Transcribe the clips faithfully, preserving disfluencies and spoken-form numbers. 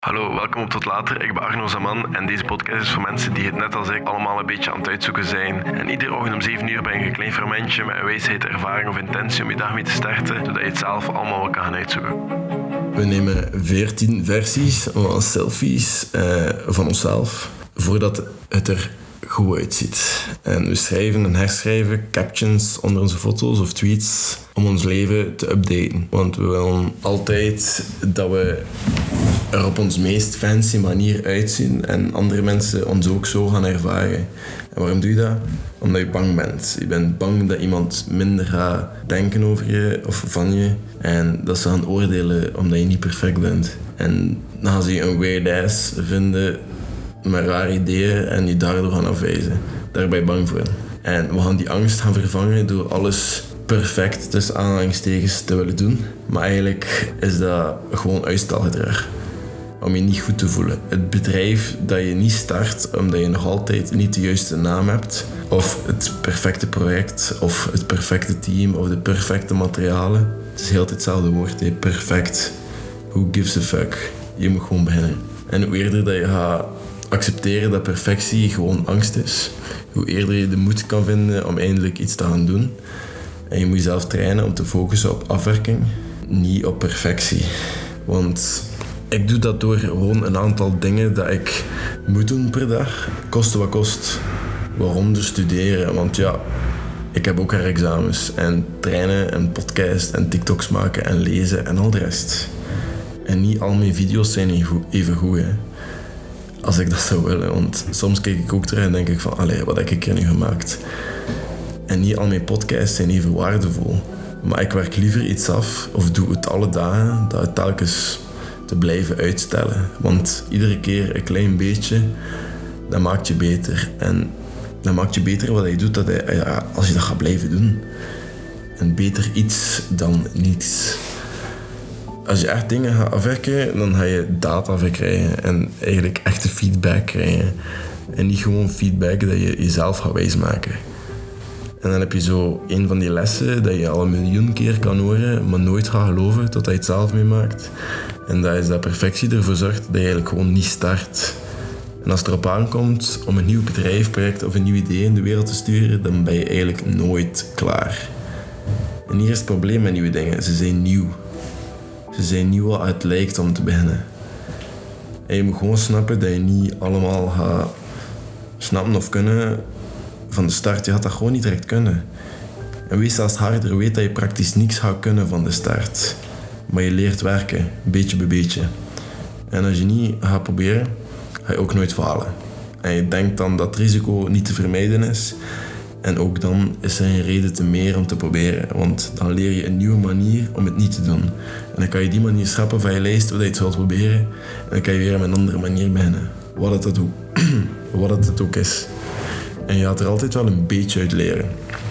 Hallo, welkom op Tot Later. Ik ben Arno Zaman en deze podcast is voor mensen die het net als ik allemaal een beetje aan het uitzoeken zijn. En iedere ochtend om zeven uur ben je een klein fermentje met een wijsheid, ervaring of intentie om je dag mee te starten, zodat je het zelf allemaal wel kan gaan uitzoeken. We nemen veertien versies van selfies eh, van onszelf, voordat het er goed uitziet. En we schrijven en herschrijven captions onder onze foto's of tweets om ons leven te updaten. Want we willen altijd dat we er op ons meest fancy manier uitzien en andere mensen ons ook zo gaan ervaren. En waarom doe je dat? Omdat je bang bent. Je bent bang dat iemand minder gaat denken over je of van je en dat ze gaan oordelen omdat je niet perfect bent. En dan gaan ze je een weird ass vinden met rare ideeën en je daardoor gaan afwijzen. Daar ben je bang voor. En we gaan die angst gaan vervangen door alles perfect tussen aanhalingstekens te willen doen. Maar eigenlijk is dat gewoon uitstelgedrag. Om je niet goed te voelen. Het bedrijf dat je niet start omdat je nog altijd niet de juiste naam hebt, of het perfecte project, of het perfecte team, of de perfecte materialen. Het is heel hetzelfde woord, hè. Perfect. Who gives a fuck? Je moet gewoon beginnen. En hoe eerder dat je gaat accepteren dat perfectie gewoon angst is, hoe eerder je de moed kan vinden om eindelijk iets te gaan doen. En je moet jezelf trainen om te focussen op afwerking, niet op perfectie. Want ik doe dat door gewoon een aantal dingen dat ik moet doen per dag. Koste wat kost. Waaronder studeren. Want ja, ik heb ook herexamens. En trainen en podcast en TikToks maken en lezen en al de rest. En niet al mijn video's zijn even goed, hè. Als ik dat zou willen. Want soms kijk ik ook terug en denk ik van, allee, wat heb ik er nu gemaakt? En niet al mijn podcasts zijn even waardevol. Maar ik werk liever iets af of doe het alle dagen, dat het telkens te blijven uitstellen. Want iedere keer een klein beetje, dat maakt je beter. En dat maakt je beter wat je doet, dat je, als je dat gaat blijven doen. En beter iets dan niets. Als je echt dingen gaat afwerken, dan ga je data verkrijgen. En eigenlijk echte feedback krijgen. En niet gewoon feedback dat je jezelf gaat wijsmaken. En dan heb je zo een van die lessen dat je al een miljoen keer kan horen, maar nooit gaat geloven totdat je het zelf meemaakt. En dat is dat perfectie ervoor zorgt dat je eigenlijk gewoon niet start. En als het erop aankomt om een nieuw bedrijf, project of een nieuw idee in de wereld te sturen, dan ben je eigenlijk nooit klaar. En hier is het probleem met nieuwe dingen. Ze zijn nieuw. Ze zijn nieuw wat het lijkt om te beginnen. En je moet gewoon snappen dat je niet allemaal gaat snappen of kunnen van de start. Je gaat dat gewoon niet direct kunnen. En wees zelfs harder, weet dat je praktisch niks gaat kunnen van de start. Maar je leert werken, beetje bij beetje. En als je niet gaat proberen, ga je ook nooit falen. En je denkt dan dat het risico niet te vermijden is. En ook dan is er een reden te meer om te proberen. Want dan leer je een nieuwe manier om het niet te doen. En dan kan je die manier schrappen van je lijst, zodat je het wilt proberen. En dan kan je weer met een andere manier beginnen. Wat het, ook, wat het ook is. En je gaat er altijd wel een beetje uit leren.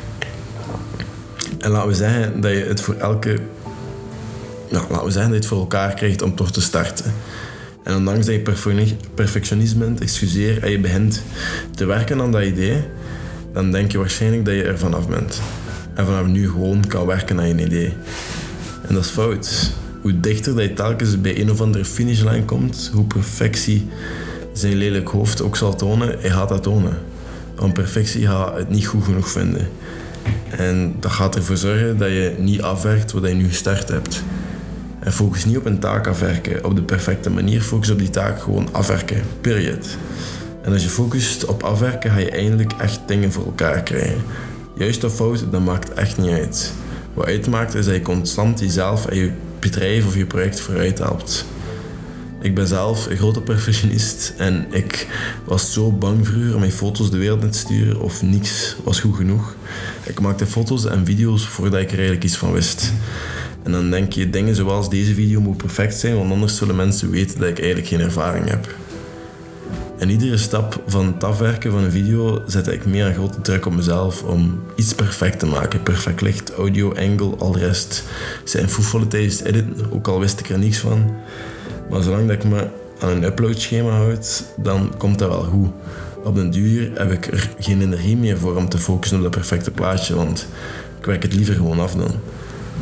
En laten we zeggen dat je het voor elke... Nou, laten we zeggen dat je het voor elkaar krijgt om toch te starten. En ondanks dat je perfe- perfectionist bent, excuseer, en je begint te werken aan dat idee, dan denk je waarschijnlijk dat je er vanaf bent. En vanaf nu gewoon kan werken aan je idee. En dat is fout. Hoe dichter dat je telkens bij een of andere finishlijn komt, hoe perfectie zijn lelijk hoofd ook zal tonen, hij gaat dat tonen. Want perfectie gaat het niet goed genoeg vinden. En dat gaat ervoor zorgen dat je niet afwerkt wat je nu gestart hebt. En focus niet op een taak afwerken op de perfecte manier. Focus op die taak gewoon afwerken. Period. En als je focust op afwerken, ga je eindelijk echt dingen voor elkaar krijgen. Juist of fout, dat maakt echt niet uit. Wat uitmaakt is dat je constant jezelf en je bedrijf of je project vooruit helpt. Ik ben zelf een grote perfectionist en ik was zo bang vroeger om mijn foto's de wereld in te sturen of niks was goed genoeg. Ik maakte foto's en video's voordat ik er eigenlijk iets van wist. En dan denk je, dingen zoals deze video moet perfect zijn, want anders zullen mensen weten dat ik eigenlijk geen ervaring heb. En iedere stap van het afwerken van een video zette ik meer een grote druk op mezelf om iets perfect te maken. Perfect licht, audio, angle, al de rest. Zijn foefelen tijdens het editen, ook al wist ik er niets van. Maar zolang dat ik me aan een uploadschema houd, dan komt dat wel goed. Op den duur heb ik er geen energie meer voor om te focussen op dat perfecte plaatje, want ik werk het liever gewoon af dan.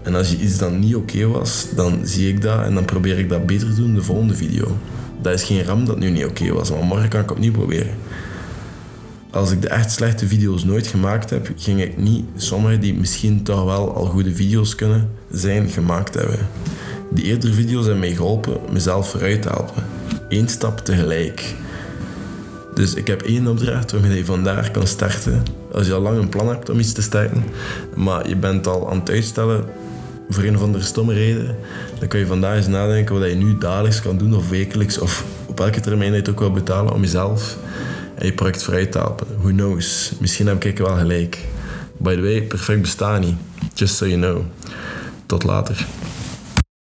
En als je iets dan niet oké was, dan zie ik dat en dan probeer ik dat beter te doen in de volgende video. Dat is geen ramp dat nu niet oké was, maar morgen kan ik opnieuw proberen. Als ik de echt slechte video's nooit gemaakt heb, ging ik niet sommige die misschien toch wel al goede video's kunnen zijn, gemaakt hebben. Die eerdere video's hebben mij geholpen mezelf vooruit te helpen. Eén stap tegelijk. Dus ik heb één opdracht waarmee je vandaar kan starten. Als je al lang een plan hebt om iets te starten, maar je bent al aan het uitstellen voor een of andere stomme reden, dan kan je vandaag eens nadenken wat je nu dagelijks kan doen of wekelijks of op welke termijn je het ook wil betalen om jezelf en je project vooruit te helpen. Who knows? Misschien heb ik wel gelijk. By the way, perfect bestaat niet. Just so you know. Tot later.